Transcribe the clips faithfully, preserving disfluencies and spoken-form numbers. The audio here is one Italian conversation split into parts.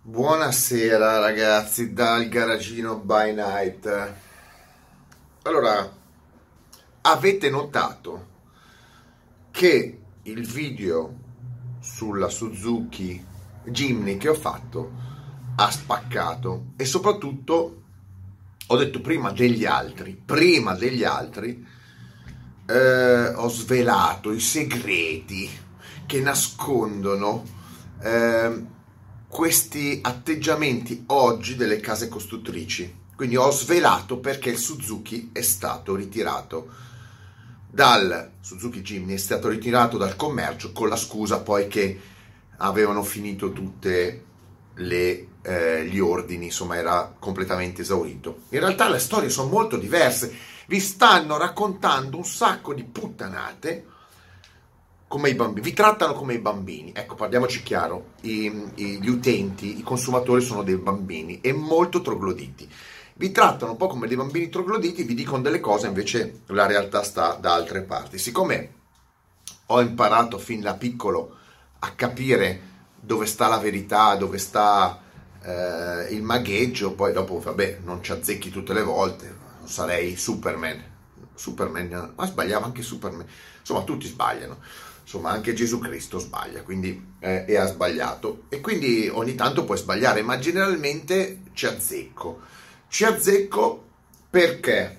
Buonasera ragazzi dal garagino by night. Allora, avete notato che il video sulla Suzuki Jimny che ho fatto ha spaccato e soprattutto ho detto prima degli altri, prima degli altri eh, ho svelato i segreti che nascondono eh, questi atteggiamenti oggi delle case costruttrici. Quindi ho svelato perché il Suzuki è stato ritirato dal Suzuki Jimny è stato ritirato dal commercio con la scusa poi che avevano finito tutte le, eh, gli ordini, insomma era completamente esaurito. In realtà le storie sono molto diverse, vi stanno raccontando un sacco di puttanate come i bambini, vi trattano come i bambini. Ecco, parliamoci chiaro, I, i, gli utenti, i consumatori sono dei bambini e molto trogloditi. Vi trattano un po' come dei bambini trogloditi, vi dicono delle cose, invece la realtà sta da altre parti. Siccome ho imparato fin da piccolo a capire dove sta la verità, dove sta eh, il magheggio, poi dopo, vabbè, non ci azzecchi tutte le volte, non sarei Superman. Superman, ma sbagliava anche Superman. Insomma, tutti sbagliano. Insomma, anche Gesù Cristo sbaglia, quindi eh, e ha sbagliato. E quindi ogni tanto puoi sbagliare, ma generalmente ci azzecco. Ci azzecco perché?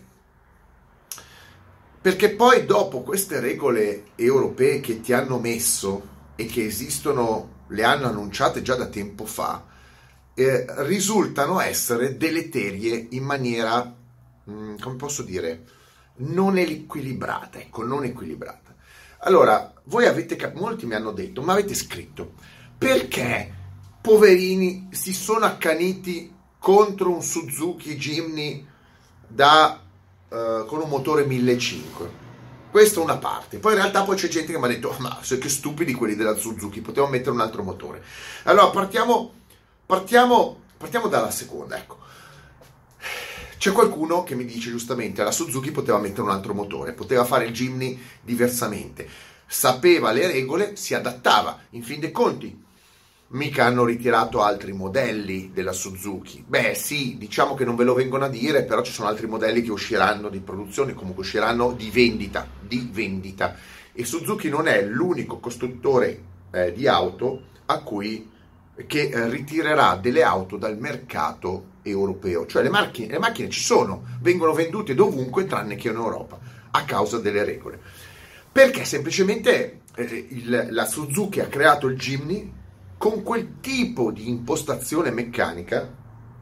Perché poi dopo queste regole europee che ti hanno messo e che esistono, le hanno annunciate già da tempo fa, eh, risultano essere deleterie in maniera, mh, come posso dire, non equilibrata, ecco, non equilibrata. Allora, voi avete capito, molti mi hanno detto, ma avete scritto, perché poverini si sono accaniti contro un Suzuki Jimny da, uh, con un motore millecinquecento? Questa è una parte. Poi in realtà poi c'è gente che mi ha detto, ma che stupidi quelli della Suzuki, potevamo mettere un altro motore. Allora, partiamo, partiamo, partiamo dalla seconda, ecco. C'è qualcuno che mi dice giustamente la Suzuki poteva mettere un altro motore, poteva fare il Jimny diversamente, sapeva le regole, si adattava. In fin dei conti, mica hanno ritirato altri modelli della Suzuki. Beh sì, diciamo che non ve lo vengono a dire, però ci sono altri modelli che usciranno di produzione, comunque usciranno di vendita, di vendita. E Suzuki non è l'unico costruttore eh, di auto a cui che eh, ritirerà delle auto dal mercato europeo, cioè le macchine, le macchine ci sono, vengono vendute dovunque tranne che in Europa a causa delle regole, perché semplicemente eh, il, la Suzuki ha creato il Jimny con quel tipo di impostazione meccanica,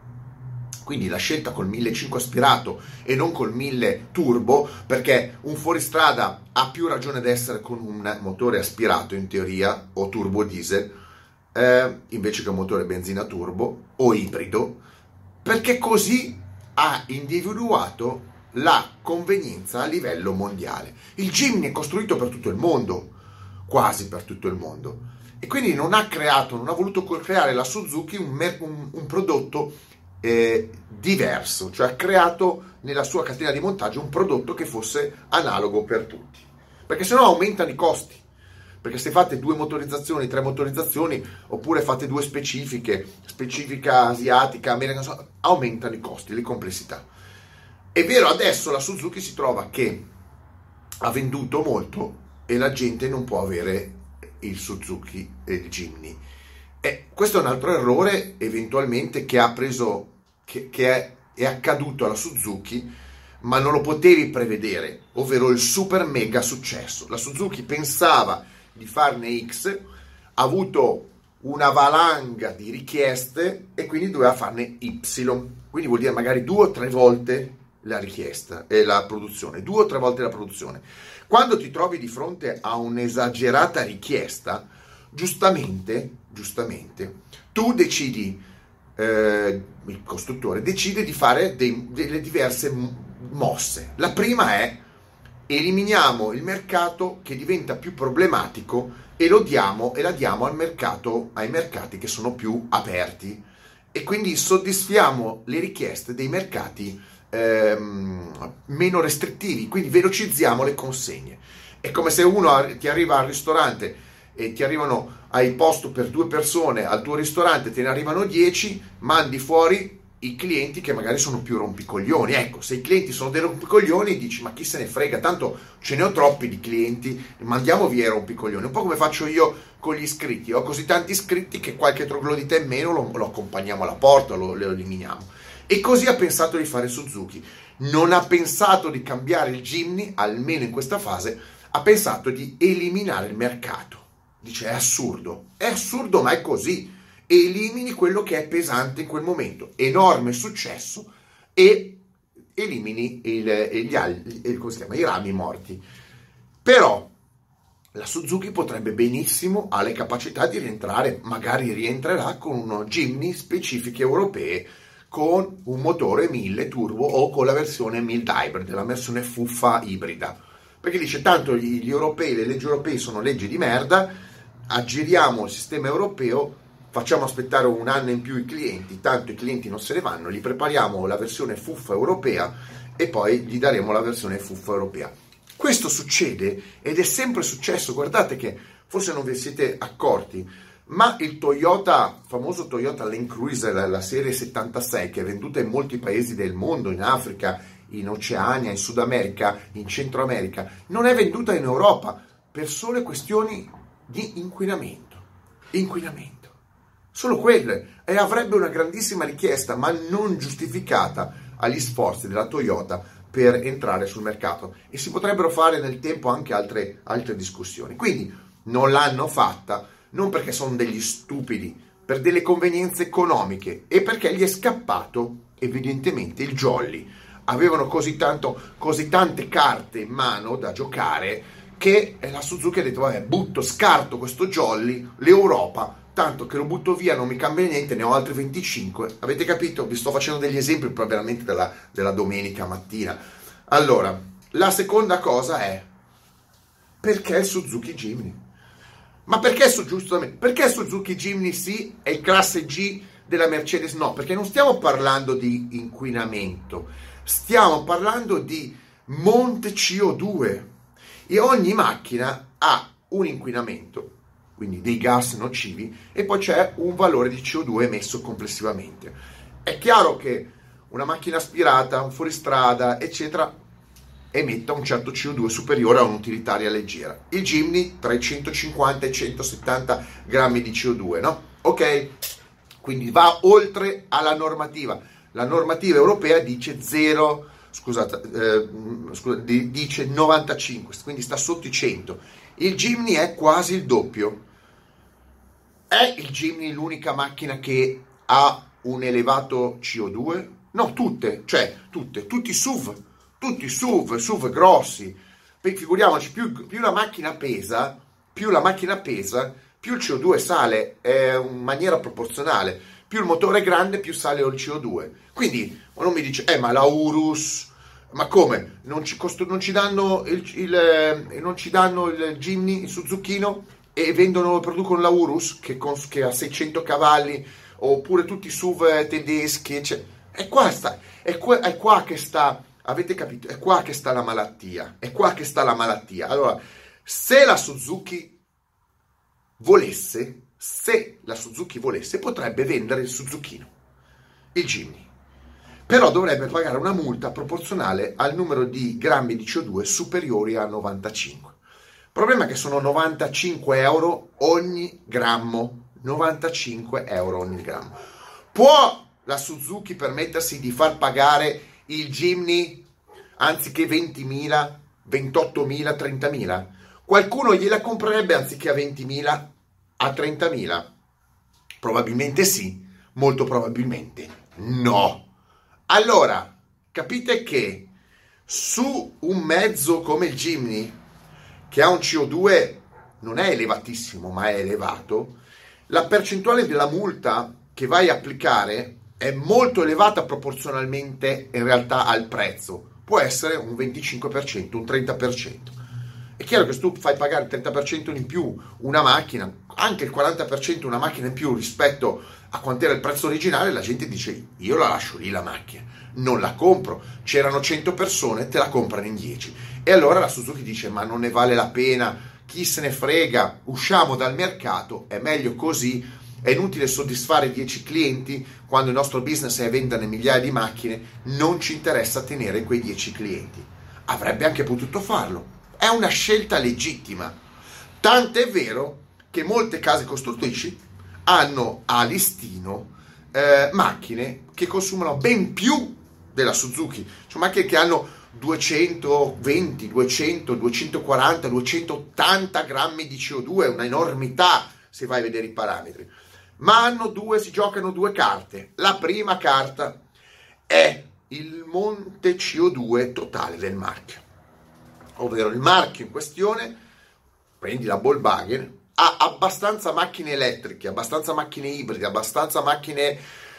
quindi la scelta col millecinquecento aspirato e non col mille turbo, perché un fuoristrada ha più ragione d'essere con un motore aspirato in teoria o turbo diesel eh, invece che un motore benzina turbo o ibrido, perché così ha individuato la convenienza a livello mondiale. Il Jimny è costruito per tutto il mondo, quasi per tutto il mondo, e quindi non ha creato, non ha voluto creare la Suzuki un, mer- un, un prodotto eh, diverso, cioè ha creato nella sua catena di montaggio un prodotto che fosse analogo per tutti, perché sennò aumentano i costi. Perché se fate due motorizzazioni, tre motorizzazioni, oppure fate due specifiche, specifica asiatica, americana, aumentano i costi, le complessità. È vero, adesso la Suzuki si trova che ha venduto molto e la gente non può avere il Suzuki e il Jimny. E questo è un altro errore eventualmente che ha preso, che, che è, è accaduto alla Suzuki, ma non lo potevi prevedere, ovvero il super mega successo. La Suzuki pensava di farne X, ha avuto una valanga di richieste e quindi doveva farne Y, quindi vuol dire magari due o tre volte la richiesta e la produzione, due o tre volte la produzione. Quando ti trovi di fronte a un'esagerata richiesta, giustamente, giustamente, tu decidi, eh, il costruttore decide di fare dei, delle diverse mosse. La prima è: eliminiamo il mercato che diventa più problematico e lo diamo e la diamo al mercato, ai mercati che sono più aperti, e quindi soddisfiamo le richieste dei mercati ehm, meno restrittivi, quindi velocizziamo le consegne. È come se uno ti arriva al ristorante e ti arrivano hai posto per due persone al tuo ristorante, te ne arrivano dieci, mandi fuori i clienti che magari sono più rompicoglioni. Ecco, se i clienti sono dei rompicoglioni, dici ma chi se ne frega, tanto ce ne ho troppi di clienti, mandiamo via i rompicoglioni. Un po' come faccio io con gli iscritti, ho così tanti iscritti che qualche troglodita in meno lo, lo accompagniamo alla porta, lo, lo eliminiamo. E così ha pensato di fare Suzuki. Non ha pensato di cambiare il Jimny, almeno in questa fase, ha pensato di eliminare il mercato. Dice è assurdo, è assurdo ma è così. Elimini quello che è pesante in quel momento, enorme successo, e elimini il, gli, il, come si chiama, i rami morti. Però la Suzuki potrebbe benissimo, ha le capacità di rientrare, magari rientrerà con uno Jimny specifiche europee, con un motore mille turbo o con la versione mild hybrid, la versione fuffa ibrida, perché dice tanto gli, gli europei, le leggi europee sono leggi di merda, aggiriamo il sistema europeo, facciamo aspettare un anno in più i clienti, tanto i clienti non se ne vanno, gli prepariamo la versione fuffa europea e poi gli daremo la versione fuffa europea. Questo succede ed è sempre successo, guardate che forse non vi siete accorti, ma il Toyota, famoso Toyota Land Cruiser, la serie settantasei, che è venduta in molti paesi del mondo, in Africa, in Oceania, in Sud America, in Centro America, non è venduta in Europa per sole questioni di inquinamento. Inquinamento. Solo quelle, e avrebbe una grandissima richiesta, ma non giustificata agli sforzi della Toyota per entrare sul mercato, e si potrebbero fare nel tempo anche altre, altre discussioni. Quindi non l'hanno fatta, non perché sono degli stupidi, per delle convenienze economiche e perché gli è scappato evidentemente il jolly. Avevano così, tanto, così tante carte in mano da giocare che la Suzuki ha detto vabbè, butto, scarto questo jolly, l'Europa, tanto che lo butto via, non mi cambia niente, ne ho altri venticinque. Avete capito? Vi sto facendo degli esempi però veramente della, della domenica mattina. Allora, la seconda cosa è perché il Suzuki Jimny? Ma perché, giustamente, perché Suzuki Jimny sì e il classe G della Mercedes no? Perché non stiamo parlando di inquinamento, stiamo parlando di monte C O due, e ogni macchina ha un inquinamento, quindi dei gas nocivi, e poi c'è un valore di C O due emesso complessivamente. È chiaro che una macchina aspirata, un fuoristrada, eccetera, emetta un certo C O due superiore a un'utilitaria leggera. Il Jimny tra i centocinquanta e i centosettanta grammi di C O due, no? Ok? Quindi va oltre alla normativa. La normativa europea dice zero, scusate, eh, scusate, dice novantacinque, quindi sta sotto i cento. Il Jimny è quasi il doppio. È il Jimny l'unica macchina che ha un elevato C O due? No, tutte, cioè tutte, tutti i S U V, tutti i S U V, S U V grossi. Figuriamoci, più, più la macchina pesa, più la macchina pesa, più il C O due sale, è in maniera proporzionale. Più il motore è grande, più sale il C O due. Quindi uno mi dice, eh ma la Urus, ma come? Non ci, costo, non ci danno il, il, eh, non ci danno il Jimny, il Suzukino, e vendono, producono la Urus che, con, che ha seicento cavalli, oppure tutti i S U V tedeschi, cioè, è, qua sta, è, qua, è qua che sta, avete capito? È qua che sta la malattia, è qua che sta la malattia. Allora, se la Suzuki volesse, se la Suzuki volesse, potrebbe vendere il Suzukino, il Jimny, però dovrebbe pagare una multa proporzionale al numero di grammi di C O due superiori a novantacinque. Il problema è che sono novantacinque euro ogni grammo, novantacinque euro ogni grammo. Può la Suzuki permettersi di far pagare il Jimny anziché ventimila, ventottomila, trentamila? Qualcuno gliela comprerebbe anziché a ventimila, a trentamila? Probabilmente sì, molto probabilmente no. Allora, capite che su un mezzo come il Jimny, che ha un C O due non è elevatissimo ma è elevato, la percentuale della multa che vai a applicare è molto elevata proporzionalmente in realtà al prezzo. Può essere un venticinque per cento, un trenta per cento. È chiaro che se tu fai pagare il trenta per cento in più una macchina, anche il quaranta per cento una macchina in più rispetto a quant'era il prezzo originale, la gente dice io la lascio lì la macchina, non la compro. C'erano cento persone, te la comprano in dieci. E allora la Suzuki dice ma non ne vale la pena chi se ne frega, usciamo dal mercato, è meglio così, è inutile soddisfare dieci clienti quando il nostro business è vendere migliaia di macchine, non ci interessa tenere quei dieci clienti. Avrebbe anche potuto farlo, è una scelta legittima, tant'è vero che molte case costruttrici hanno a listino eh, macchine che consumano ben più della Suzuki, cioè macchine che hanno duecentoventi, duecento, duecentoquaranta, duecentottanta grammi di C O due, una enormità se vai a vedere i parametri, ma hanno due, si giocano due carte. La prima carta è il monte C O due totale del marchio, ovvero il marchio in questione, prendi la Volkswagen, ha abbastanza macchine elettriche, abbastanza macchine ibride, abbastanza macchine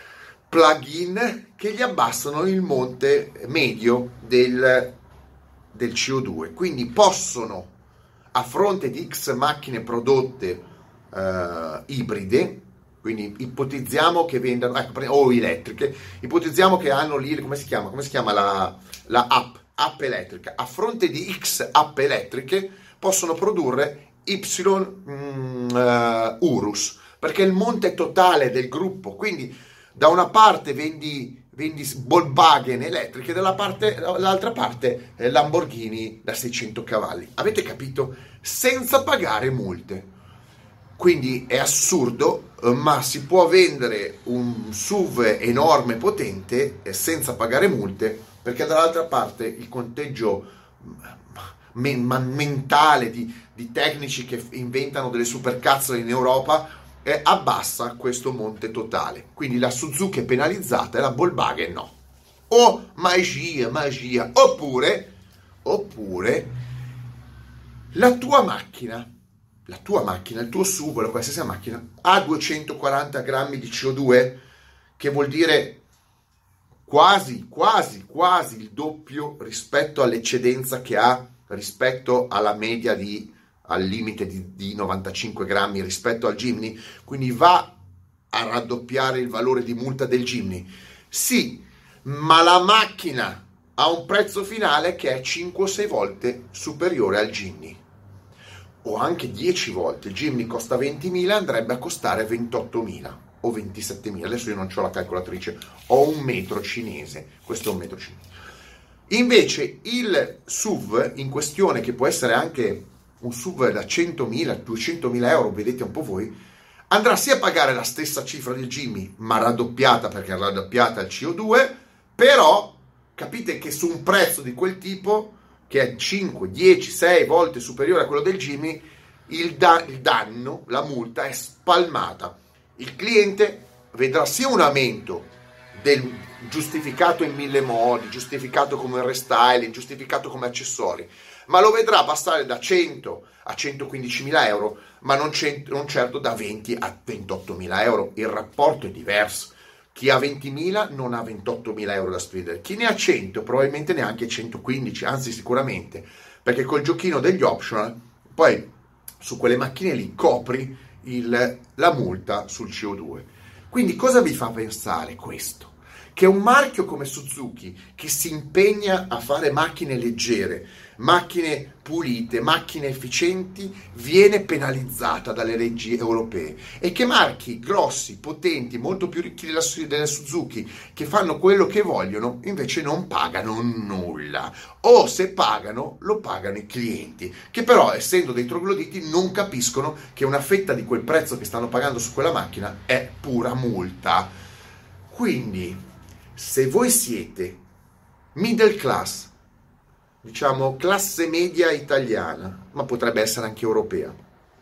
plug-in che gli abbassano il monte medio del, del C O due, quindi possono, a fronte di X macchine prodotte uh, ibride, quindi ipotizziamo che vendano, ecco, o elettriche, ipotizziamo che hanno lì, come si chiama, come si chiama la, la app, app elettrica, a fronte di X app elettriche possono produrre Y mm, uh, Urus, perché il monte totale del gruppo, quindi da una parte vendi, vendi Volkswagen elettriche, dalla parte, dall'altra parte eh, Lamborghini da seicento cavalli. Avete capito? Senza pagare multe. Quindi è assurdo, ma si può vendere un S U V enorme, potente, senza pagare multe, perché dall'altra parte il conteggio me- mentale di, di tecnici che inventano delle supercazzole in Europa eh, abbassa questo monte totale. Quindi la Suzuki è penalizzata e la Volkswagen no. O magia, magia. Oppure, oppure la tua macchina, la tua macchina, il tuo S U V, la qualsiasi macchina, ha duecentoquaranta grammi di C O due, che vuol dire quasi, quasi, quasi il doppio rispetto all'eccedenza che ha rispetto alla media di, al limite di, di novantacinque grammi rispetto al Jimny, quindi va a raddoppiare il valore di multa del Jimny. Sì, ma la macchina ha un prezzo finale che è cinque o sei volte superiore al Jimny, o anche dieci volte. Il Jimny costa ventimila, andrebbe a costare ventottomila o ventisettemila. Adesso io non ho la calcolatrice, ho un metro cinese, questo è un metro cinese. Invece il S U V in questione, che può essere anche un S U V da centomila, duecentomila euro, vedete un po' voi, andrà sia a pagare la stessa cifra del Jimny, ma raddoppiata, perché è raddoppiata il C O due, però capite che su un prezzo di quel tipo, che è cinque, dieci, sei volte superiore a quello del Jimny, il, da- il danno, la multa è spalmata. Il cliente vedrà sia un aumento del giustificato in mille modi, giustificato come restyling, giustificato come accessori, ma lo vedrà passare da cento a centoquindicimila euro, ma non, cent- non certo da venti a ventottomila euro. Il rapporto è diverso. Chi ha ventimila non ha ventottomila euro da spendere, chi ne ha cento probabilmente neanche centoquindici, anzi sicuramente, perché col giochino degli optional poi su quelle macchine lì copri il, la multa sul C O due. Quindi cosa vi fa pensare questo? Che un marchio come Suzuki, che si impegna a fare macchine leggere, macchine pulite, macchine efficienti, viene penalizzata dalle leggi europee, e che marchi grossi, potenti, molto più ricchi della, della Suzuki, che fanno quello che vogliono, invece non pagano nulla, o se pagano lo pagano i clienti, che però, essendo dei trogloditi, non capiscono che una fetta di quel prezzo che stanno pagando su quella macchina è pura multa. Quindi se voi siete middle class, diciamo classe media italiana, ma potrebbe essere anche europea,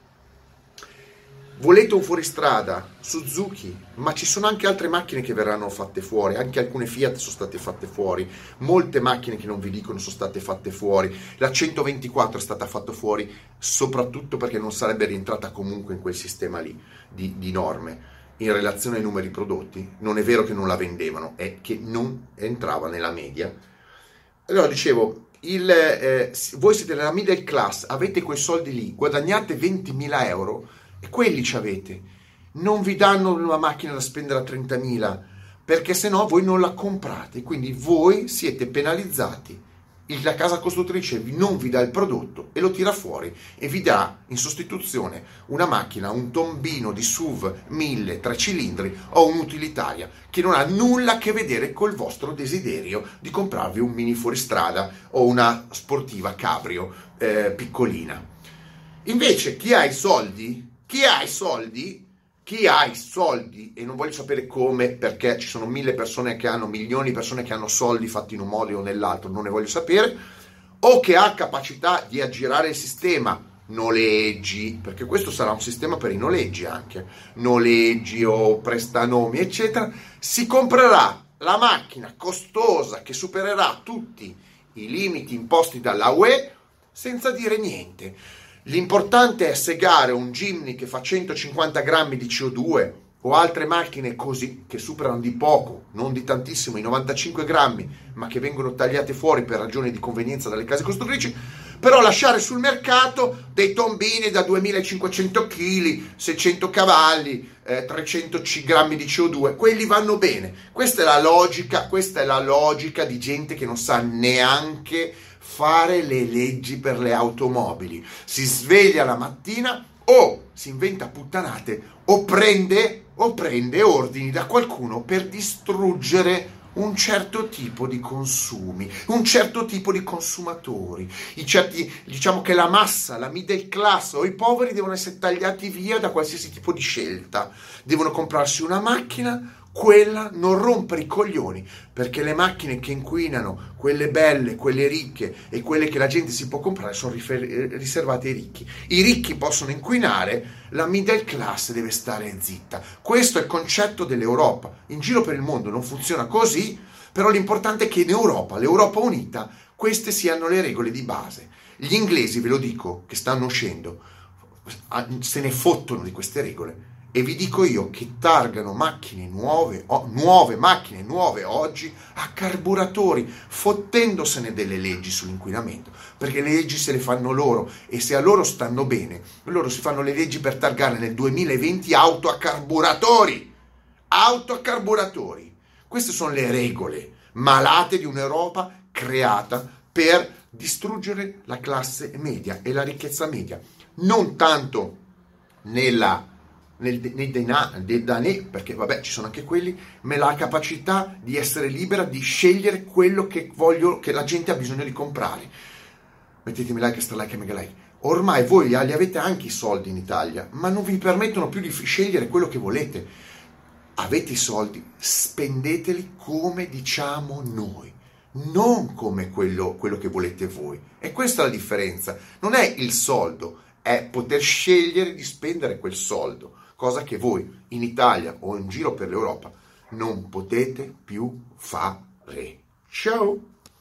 volete un fuoristrada Suzuki, ma ci sono anche altre macchine che verranno fatte fuori, anche alcune Fiat sono state fatte fuori, molte macchine che non vi dicono sono state fatte fuori, la centoventiquattro è stata fatta fuori soprattutto perché non sarebbe rientrata comunque in quel sistema lì di, di norme. In relazione ai numeri prodotti, non è vero che non la vendevano, è che non entrava nella media. Allora dicevo, il, eh, voi siete nella middle class, avete quei soldi lì, guadagnate ventimila euro e quelli ci avete. Non vi danno una macchina da spendere a trentamila, perché se no voi non la comprate, quindi voi siete penalizzati la casa costruttrice non vi dà il prodotto e lo tira fuori e vi dà in sostituzione una macchina, un tombino di S U V mille, tre cilindri o un'utilitaria che non ha nulla a che vedere col vostro desiderio di comprarvi un mini fuoristrada o una sportiva cabrio eh, piccolina. Invece chi ha i soldi, chi ha i soldi, chi ha i soldi, e non voglio sapere come, perché ci sono mille persone che hanno, milioni di persone che hanno soldi fatti in un modo o nell'altro, non ne voglio sapere, o che ha capacità di aggirare il sistema, noleggi, perché questo sarà un sistema per i noleggi anche, noleggi o prestanomi, eccetera, si comprerà la macchina costosa che supererà tutti i limiti imposti dalla U E senza dire niente. L'importante è segare un Jimny che fa centocinquanta grammi di C O due o altre macchine così che superano di poco, non di tantissimo, i novantacinque grammi, ma che vengono tagliate fuori per ragioni di convenienza dalle case costruttrici, però lasciare sul mercato dei tombini da duemilacinquecento chili, seicento cavalli, eh, trecento grammi di C O due, quelli vanno bene. Questa è la logica, questa è la logica di gente che non sa neanche fare le leggi per le automobili. Si sveglia la mattina o si inventa puttanate o prende o prende ordini da qualcuno per distruggere un certo tipo di consumi, un certo tipo di consumatori. I certi, diciamo che la massa, la middle class o i poveri devono essere tagliati via da qualsiasi tipo di scelta. Devono comprarsi una macchina, quella non rompere i coglioni, perché le macchine che inquinano, quelle belle, quelle ricche e quelle che la gente si può comprare sono rifer- riservate ai ricchi. I ricchi possono inquinare, la middle class deve stare zitta. Questo è il concetto dell'Europa. In giro per il mondo non funziona così, però l'importante è che in Europa, l'Europa unita, queste siano le regole di base. Gli inglesi, ve lo dico, che stanno uscendo, se ne fottono di queste regole. E vi dico io che targano macchine nuove, o, nuove macchine nuove oggi a carburatori, fottendosene delle leggi sull'inquinamento, perché le leggi se le fanno loro e se a loro stanno bene, loro si fanno le leggi per targare nel duemilaventi auto a carburatori, auto a carburatori. Queste sono le regole malate di un'Europa creata per distruggere la classe media e la ricchezza media, non tanto nella Nel, nei danè, perché vabbè ci sono anche quelli, ma la capacità di essere libera di scegliere quello che voglio, che la gente ha bisogno di comprare. Mettetemi like, stra like e mega like. Ormai voi li avete anche i soldi in Italia, ma non vi permettono più di scegliere quello che volete. Avete i soldi, spendeteli come diciamo noi, non come quello, quello che volete voi. E questa è la differenza. Non è il soldo, è poter scegliere di spendere quel soldo, cosa che voi in Italia o in giro per l'Europa non potete più fare. Ciao!